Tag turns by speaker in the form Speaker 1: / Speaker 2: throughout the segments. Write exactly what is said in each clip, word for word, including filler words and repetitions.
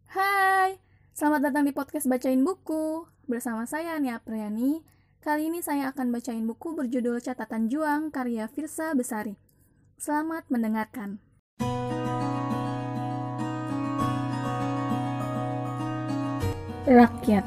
Speaker 1: Hai, selamat datang di podcast Bacain Buku. Bersama saya Nia Priyani. Kali ini saya akan bacain buku berjudul Catatan Juang karya Firsa Besari. Selamat mendengarkan. Rakyat.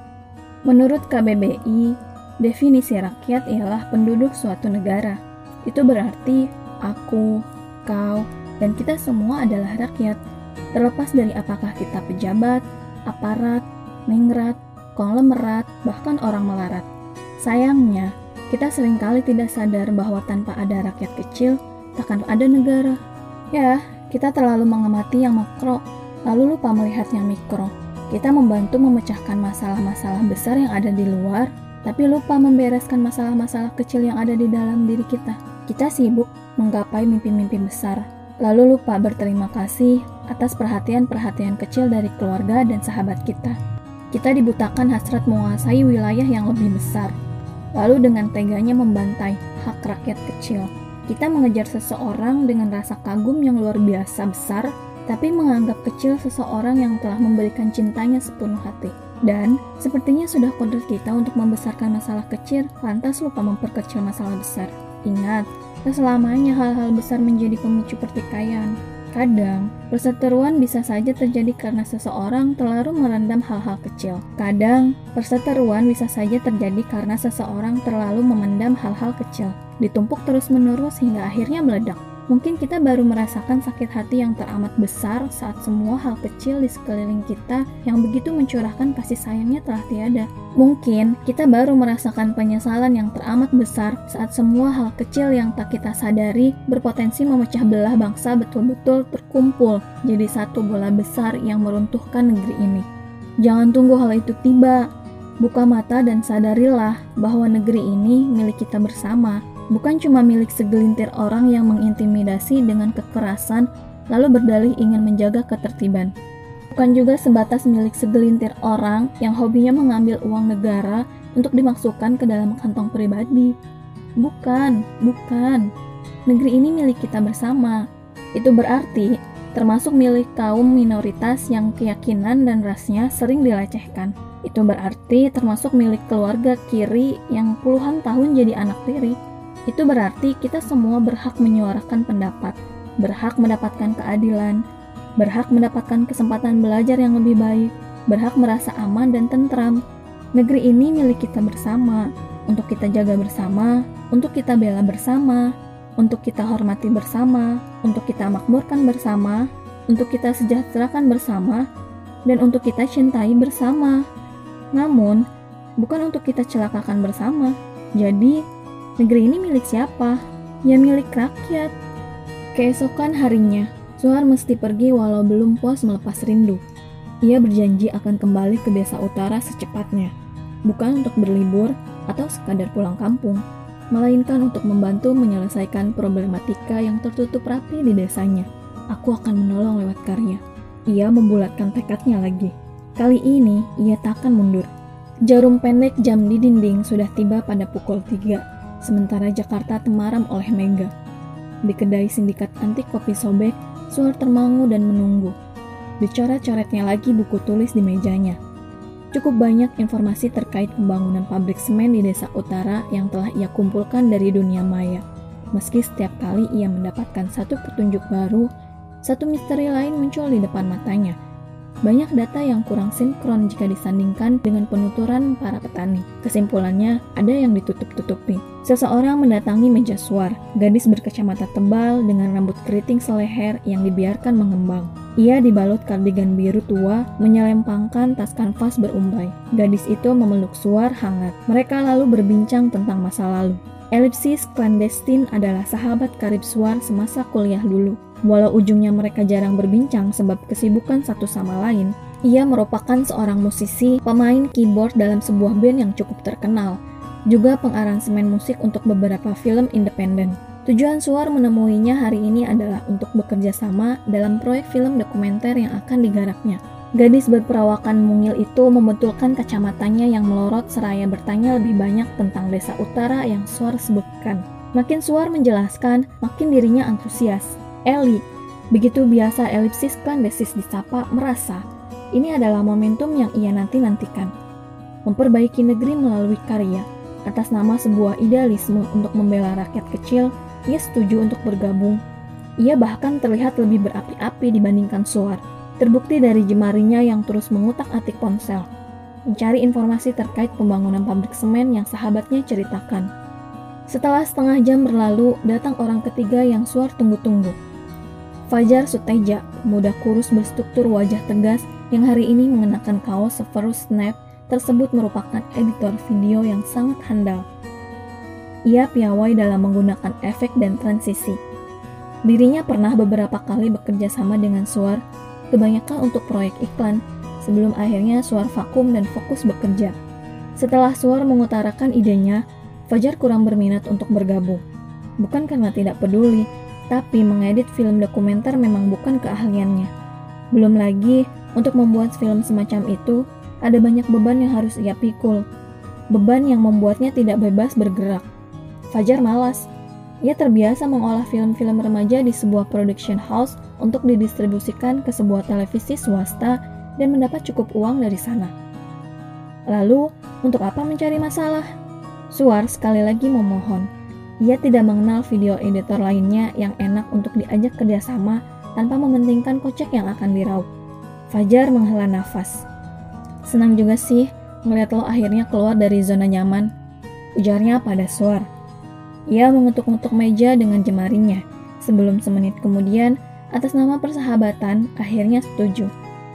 Speaker 1: Menurut K B B I, definisi rakyat ialah penduduk suatu negara. Itu berarti aku, kau, dan kita semua adalah rakyat. Terlepas dari apakah kita pejabat, aparat, ningrat, konglomerat, bahkan orang melarat. Sayangnya, kita seringkali tidak sadar bahwa tanpa ada rakyat kecil, takkan ada negara. Ya, kita terlalu mengamati yang makro, lalu lupa melihat yang mikro. Kita membantu memecahkan masalah-masalah besar yang ada di luar, tapi lupa membereskan masalah-masalah kecil yang ada di dalam diri kita. Kita sibuk menggapai mimpi-mimpi besar, lalu lupa berterima kasih atas perhatian-perhatian kecil dari keluarga dan sahabat kita. Kita dibutakan hasrat menguasai wilayah yang lebih besar, lalu dengan teganya membantai hak rakyat kecil. Kita mengejar seseorang dengan rasa kagum yang luar biasa besar, tapi menganggap kecil seseorang yang telah memberikan cintanya sepenuh hati. Dan sepertinya sudah kodrat kita untuk membesarkan masalah kecil, lantas lupa memperkecil masalah besar. Ingat, tak selamanya hal-hal besar menjadi pemicu pertikaian. Kadang, perseteruan bisa saja terjadi karena seseorang terlalu merendam hal-hal kecil. Kadang, perseteruan bisa saja terjadi karena seseorang terlalu memendam hal-hal kecil. Ditumpuk terus-menerus hingga akhirnya meledak. Mungkin kita baru merasakan sakit hati yang teramat besar saat semua hal kecil di sekeliling kita yang begitu mencurahkan kasih sayangnya telah tiada. Mungkin kita baru merasakan penyesalan yang teramat besar saat semua hal kecil yang tak kita sadari berpotensi memecah belah bangsa betul-betul terkumpul jadi satu bola besar yang meruntuhkan negeri ini. Jangan tunggu hal itu tiba. Buka mata dan sadarilah bahwa negeri ini milik kita bersama. Bukan cuma milik segelintir orang yang mengintimidasi dengan kekerasan lalu berdalih ingin menjaga ketertiban. Bukan juga sebatas milik segelintir orang yang hobinya mengambil uang negara untuk dimasukkan ke dalam kantong pribadi. Bukan, bukan. Negeri ini milik kita bersama. Itu berarti termasuk milik kaum minoritas yang keyakinan dan rasnya sering dilecehkan. Itu berarti termasuk milik keluarga kiri yang puluhan tahun jadi anak tiri. Itu berarti kita semua berhak menyuarakan pendapat, berhak mendapatkan keadilan, berhak mendapatkan kesempatan belajar yang lebih baik, berhak merasa aman dan tentram. Negeri ini milik kita bersama, untuk kita jaga bersama, untuk kita bela bersama, untuk kita hormati bersama, untuk kita makmurkan bersama, untuk kita sejahterakan bersama, dan untuk kita cintai bersama. Namun, bukan untuk kita celakakan bersama. Jadi, negeri ini milik siapa? Ya milik rakyat. Keesokan harinya, Suhar mesti pergi walau belum puas melepas rindu. Ia berjanji akan kembali ke desa utara secepatnya. Bukan untuk berlibur atau sekadar pulang kampung, melainkan untuk membantu menyelesaikan problematika yang tertutup rapi di desanya. Aku akan menolong lewat karya. Ia membulatkan tekadnya lagi. Kali ini, ia takkan mundur. Jarum pendek jam di dinding sudah tiba pada pukul tiga. Sementara Jakarta temaram oleh mega. Di kedai sindikat antik kopi sobek, Suhar termangu dan menunggu. Dicoret-coretnya lagi buku tulis di mejanya. Cukup banyak informasi terkait pembangunan pabrik semen di desa utara yang telah ia kumpulkan dari dunia maya. Meski setiap kali ia mendapatkan satu petunjuk baru, satu misteri lain muncul di depan matanya. Banyak data yang kurang sinkron jika disandingkan dengan penuturan para petani. Kesimpulannya, ada yang ditutup-tutupi. Seseorang mendatangi meja Suhar, gadis berkacamata tebal dengan rambut keriting seleher yang dibiarkan mengembang. Ia dibalut kardigan biru tua, menyelempangkan tas kanvas berumbai. Gadis itu memeluk Suhar hangat. Mereka lalu berbincang tentang masa lalu. Elipsis Clandestine adalah sahabat karib Suhar semasa kuliah dulu. Walau ujungnya mereka jarang berbincang sebab kesibukan satu sama lain, ia merupakan seorang musisi, pemain keyboard dalam sebuah band yang cukup terkenal, juga pengaransemen musik untuk beberapa film independen. Tujuan Suhar menemuinya hari ini adalah untuk bekerja sama dalam proyek film dokumenter yang akan digarapnya. Gadis berperawakan mungil itu membetulkan kacamatanya yang melorot seraya bertanya lebih banyak tentang desa utara yang Suhar sebutkan. Makin Suhar menjelaskan, makin dirinya antusias. Eli, begitu biasa elipsis Clandestine disapa, merasa Ini adalah momentum yang ia nanti-nantikan. Memperbaiki negeri melalui karya, atas nama sebuah idealisme untuk membela rakyat kecil, ia setuju untuk bergabung. Ia bahkan terlihat lebih berapi-api dibandingkan Suar, terbukti dari jemarinya yang terus mengutak-atik ponsel, mencari informasi terkait pembangunan pabrik semen yang sahabatnya ceritakan. Setelah setengah jam berlalu, datang orang ketiga yang Suar tunggu-tunggu. Fajar Suteja, pemuda kurus berstruktur wajah tegas yang hari ini mengenakan kaos severus snap, tersebut merupakan editor video yang sangat handal. Ia piawai dalam menggunakan efek dan transisi. Dirinya pernah beberapa kali bekerja sama dengan Suar, kebanyakan untuk proyek iklan, sebelum akhirnya Suar vakum dan fokus bekerja. Setelah Suar mengutarakan idenya, Fajar kurang berminat untuk bergabung. Bukan karena tidak peduli, tapi mengedit film dokumenter memang bukan keahliannya. Belum lagi, untuk membuat film semacam itu, ada banyak beban yang harus ia pikul. Beban yang membuatnya tidak bebas bergerak. Fajar malas. Ia terbiasa mengolah film-film remaja di sebuah production house untuk didistribusikan ke sebuah televisi swasta dan mendapat cukup uang dari sana. Lalu, untuk apa mencari masalah? Suar sekali lagi memohon. Ia tidak mengenal video editor lainnya yang enak untuk diajak kerjasama tanpa mementingkan kocek yang akan diraup. Fajar menghela nafas. Senang juga sih melihat lo akhirnya keluar dari zona nyaman, ujarnya pada Suar. Ia mengetuk-ngetuk meja dengan jemarinya. Sebelum semenit kemudian, atas nama persahabatan, akhirnya setuju.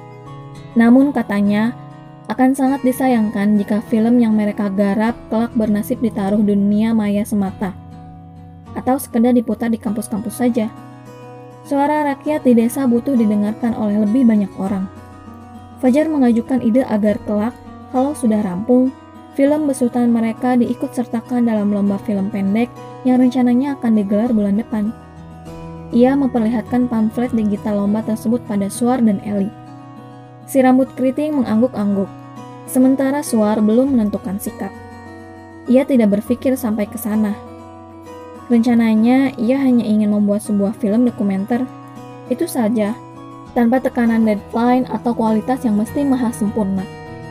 Speaker 1: Namun katanya, akan sangat disayangkan jika film yang mereka garap kelak bernasib ditaruh dunia maya semata, atau sekedar diputar di kampus-kampus saja. Suara rakyat di desa butuh didengarkan oleh lebih banyak orang. Fajar mengajukan ide agar kelak, kalau sudah rampung, film besutan mereka diikut sertakan dalam lomba film pendek yang rencananya akan digelar bulan depan. Ia memperlihatkan pamflet digital lomba tersebut pada Suar dan Eli. Si rambut keriting mengangguk-angguk, sementara Suar belum menentukan sikap. Ia tidak berpikir sampai ke sana. Rencananya, ia hanya ingin membuat sebuah film dokumenter. Itu saja, tanpa tekanan deadline atau kualitas yang mesti maha sempurna.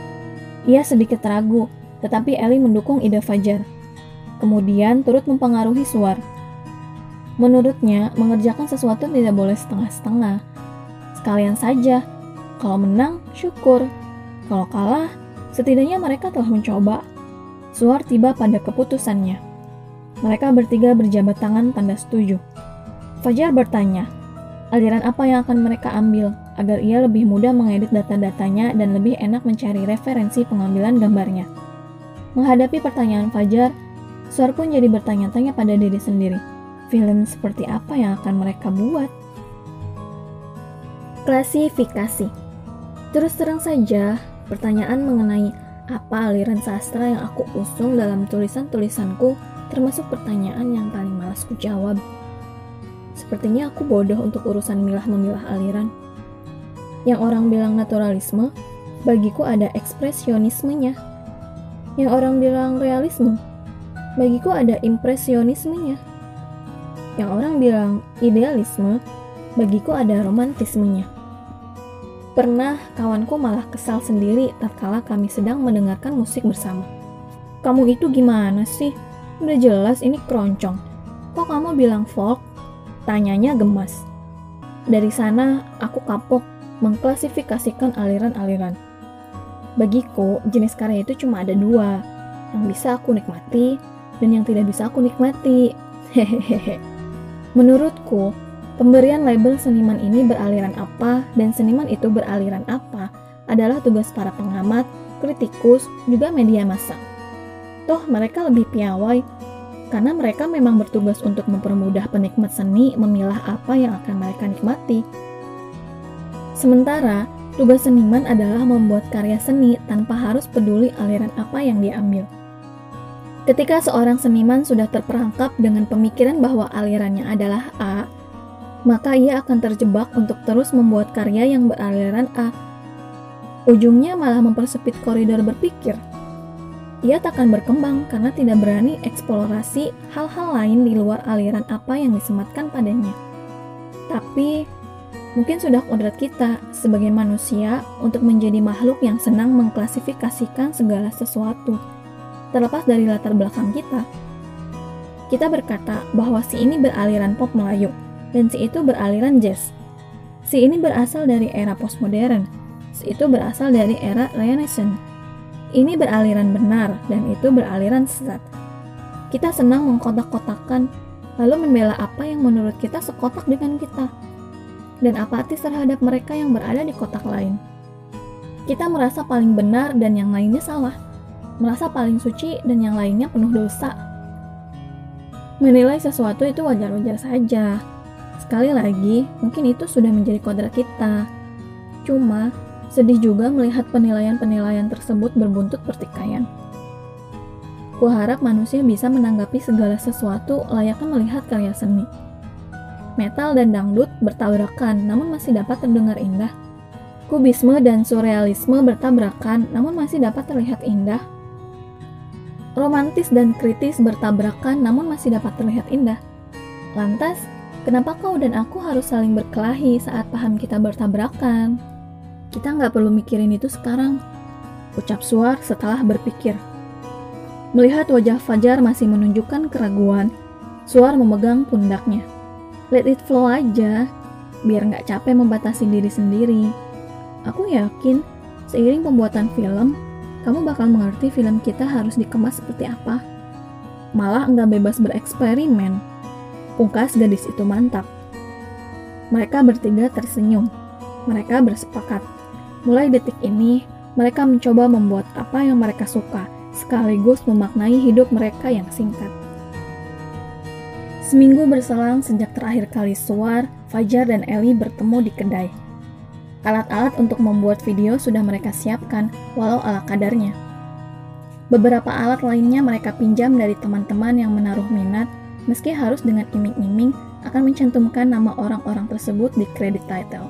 Speaker 1: Ia sedikit ragu, tetapi Eli mendukung ide Fajar. Kemudian turut mempengaruhi Suar. Menurutnya, mengerjakan sesuatu tidak boleh setengah-setengah. Sekalian saja, kalau menang, syukur. Kalau kalah, setidaknya mereka telah mencoba. Suar tiba pada keputusannya. Mereka bertiga berjabat tangan tanda setuju. Fajar bertanya, aliran apa yang akan mereka ambil, agar ia lebih mudah mengedit data-datanya dan lebih enak mencari referensi pengambilan gambarnya. Menghadapi pertanyaan Fajar, Suar pun jadi bertanya-tanya pada diri sendiri, film seperti apa yang akan mereka buat? Klasifikasi. Terus terang saja, pertanyaan mengenai apa aliran sastra yang aku usung dalam tulisan-tulisanku termasuk pertanyaan yang paling malas ku jawab. Sepertinya aku bodoh untuk urusan milah-memilah aliran. Yang orang bilang naturalisme, bagiku ada ekspresionismenya. Yang orang bilang realisme, bagiku ada impresionismenya. Yang orang bilang idealisme, bagiku ada romantismenya. Pernah kawanku malah kesal sendiri tatkala kami sedang mendengarkan musik bersama. Kamu itu gimana sih? Udah jelas ini keroncong. Kok kamu bilang folk? Tanyanya gemas. Dari sana aku kapok mengklasifikasikan aliran-aliran. Bagiku, jenis karya itu cuma ada dua, yang bisa aku nikmati dan yang tidak bisa aku nikmati. Hehehe. Menurutku, pemberian label seniman ini beraliran apa dan seniman itu beraliran apa adalah tugas para pengamat, kritikus, juga media massa. Toh mereka lebih piawai, karena mereka memang bertugas untuk mempermudah penikmat seni memilah apa yang akan mereka nikmati. Sementara, tugas seniman adalah membuat karya seni tanpa harus peduli aliran apa yang diambil. Ketika seorang seniman sudah terperangkap dengan pemikiran bahwa alirannya adalah A, maka ia akan terjebak untuk terus membuat karya yang beraliran A. Ujungnya malah mempersempit koridor berpikir. Ia takkan berkembang karena tidak berani eksplorasi hal-hal lain di luar aliran apa yang disematkan padanya. Tapi, Mungkin sudah kodrat kita sebagai manusia untuk menjadi makhluk yang senang mengklasifikasikan segala sesuatu, terlepas dari latar belakang kita. Kita berkata bahwa si ini beraliran pop Melayu, dan si itu beraliran jazz. Si ini berasal dari era postmodern, si itu berasal dari era Renaissance. Ini beraliran benar, dan itu beraliran sesat. Kita senang mengkotak-kotakan, lalu membela apa yang menurut kita sekotak dengan kita, dan apatis terhadap mereka yang berada di kotak lain. Kita merasa paling benar dan yang lainnya salah, merasa paling suci dan yang lainnya penuh dosa. Menilai sesuatu itu wajar-wajar saja. Sekali lagi, mungkin itu sudah menjadi kodrat kita. Cuma, sedih juga melihat penilaian-penilaian tersebut berbuntut pertikaian. Kuharap manusia bisa menanggapi segala sesuatu layaknya melihat karya seni. Metal dan dangdut bertabrakan namun masih dapat terdengar indah. Kubisme dan surrealisme bertabrakan namun masih dapat terlihat indah. Romantis dan kritis bertabrakan namun masih dapat terlihat indah. Lantas, kenapa kau dan aku harus saling berkelahi saat paham kita bertabrakan? Kita nggak perlu mikirin itu sekarang, ucap Suar setelah berpikir. Melihat wajah Fajar masih menunjukkan keraguan, Suar memegang pundaknya. Let it flow aja, biar nggak capek membatasi diri sendiri. Aku yakin, seiring pembuatan film, kamu bakal mengerti film kita harus dikemas seperti apa. Malah nggak bebas bereksperimen. Pungkas gadis itu mantap. Mereka bertiga tersenyum. Mereka bersepakat. Mulai detik ini, mereka mencoba membuat apa yang mereka suka, sekaligus memaknai hidup mereka yang singkat. Seminggu berselang sejak terakhir kali Suar, Fajar, dan Eli bertemu di kedai. Alat-alat untuk membuat video sudah mereka siapkan, walau ala kadarnya. Beberapa alat lainnya mereka pinjam dari teman-teman yang menaruh minat, meski harus dengan iming-iming akan mencantumkan nama orang-orang tersebut di kredit title.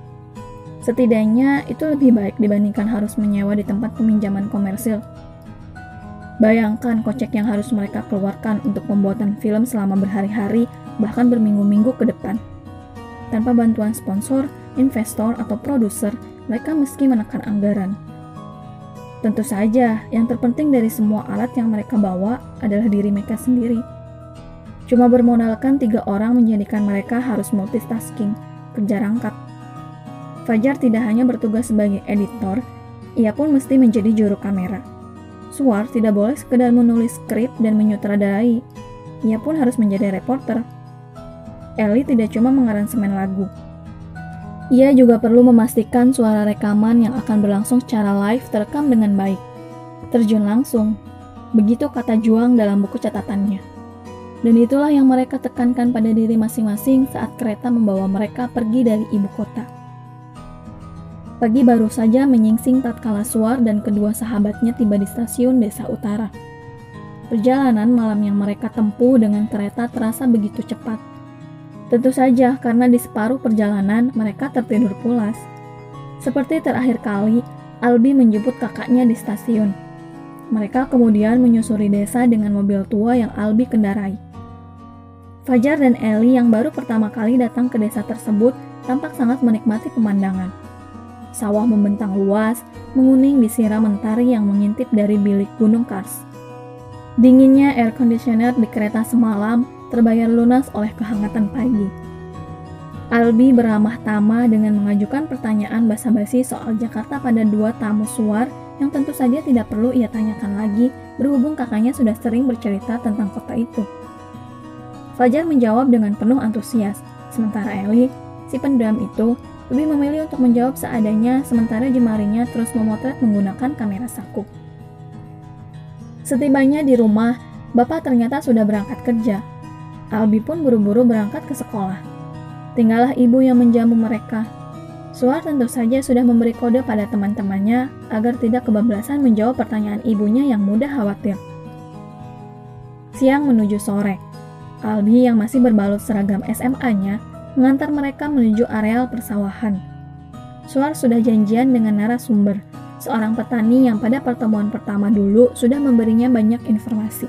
Speaker 1: Setidaknya itu lebih baik dibandingkan harus menyewa di tempat peminjaman komersil. Bayangkan kocek yang harus mereka keluarkan untuk pembuatan film selama berhari-hari, bahkan berminggu-minggu ke depan. Tanpa bantuan sponsor, investor, atau produser, mereka meski menekan anggaran. Tentu saja, yang terpenting dari semua alat yang mereka bawa adalah diri mereka sendiri. Cuma bermodalkan tiga orang menjadikan mereka harus multitasking, kerja rangkap. Fajar tidak hanya bertugas sebagai editor, ia pun mesti menjadi juru kamera. Suar tidak boleh sekedar menulis skrip dan menyutradarai, ia pun harus menjadi reporter. Eli tidak cuma mengaransemen lagu. Ia juga perlu memastikan suara rekaman yang akan berlangsung secara live terekam dengan baik. Terjun langsung, begitu kata Juang dalam buku catatannya. Dan itulah yang mereka tekankan pada diri masing-masing saat kereta membawa mereka pergi dari ibu kota. Pagi baru saja menyingsing tatkala Suar dan kedua sahabatnya tiba di stasiun Desa Utara. Perjalanan malam yang mereka tempuh dengan kereta terasa begitu cepat. Tentu saja karena di separuh perjalanan mereka tertidur pulas. Seperti terakhir kali, Albi menjemput kakaknya di stasiun. Mereka kemudian menyusuri desa dengan mobil tua yang Albi kendarai. Fajar dan Eli yang baru pertama kali datang ke desa tersebut tampak sangat menikmati pemandangan. Sawah membentang luas, menguning disiram mentari yang mengintip dari bilik gunung Kars. Dinginnya air conditioner di kereta semalam terbayar lunas oleh kehangatan pagi. Albi beramah tamah dengan mengajukan pertanyaan basa-basi soal Jakarta pada dua tamu Suar yang tentu saja tidak perlu ia tanyakan lagi berhubung kakaknya sudah sering bercerita tentang kota itu. Fajar menjawab dengan penuh antusias, sementara Eli, si pendiam itu, lebih memilih untuk menjawab seadanya sementara jemarinya terus memotret menggunakan kamera saku. Setibanya di rumah, bapak ternyata sudah berangkat kerja. Albi pun buru-buru berangkat ke sekolah. Tinggallah ibu yang menjamu mereka. Suar tentu saja sudah memberi kode pada teman-temannya agar tidak kebablasan menjawab pertanyaan ibunya yang mudah khawatir. Siang menuju sore, Albi yang masih berbalut seragam S M A-nya mengantar mereka menuju areal persawahan. Suar sudah janjian dengan narasumber, seorang petani yang pada pertemuan pertama dulu sudah memberinya banyak informasi.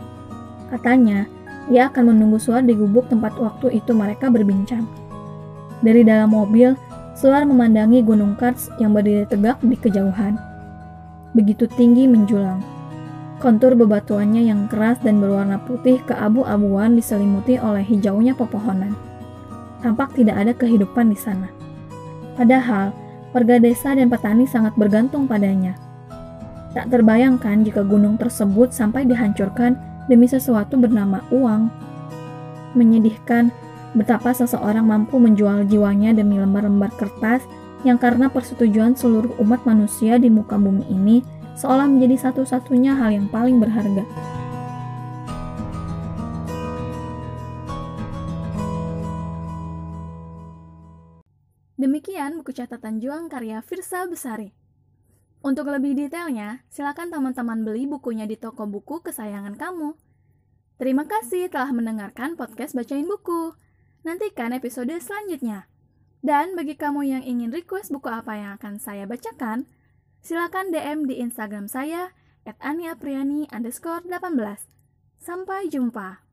Speaker 1: Katanya, ia akan menunggu Suar di gubuk tempat waktu itu mereka berbincang. Dari dalam mobil, Suar memandangi gunung Karst yang berdiri tegak di kejauhan. Begitu tinggi menjulang. Kontur bebatuannya yang keras dan berwarna putih keabu-abuan diselimuti oleh hijaunya pepohonan. Tampak tidak ada kehidupan di sana. Padahal, warga desa dan petani sangat bergantung padanya. Tak terbayangkan jika gunung tersebut sampai dihancurkan demi sesuatu bernama uang. Menyedihkan betapa seseorang mampu menjual jiwanya demi lembar-lembar kertas yang karena persetujuan seluruh umat manusia di muka bumi ini seolah menjadi satu-satunya hal yang paling berharga. Demikian buku catatan juang karya Firsa Besari. Untuk lebih detailnya, silakan teman-teman beli bukunya di toko buku kesayangan kamu. Terima kasih telah mendengarkan podcast Bacain Buku. Nantikan episode selanjutnya. Dan bagi kamu yang ingin request buku apa yang akan saya bacakan, silakan D M di Instagram saya at aniapriani underscore delapan belas. Sampai jumpa.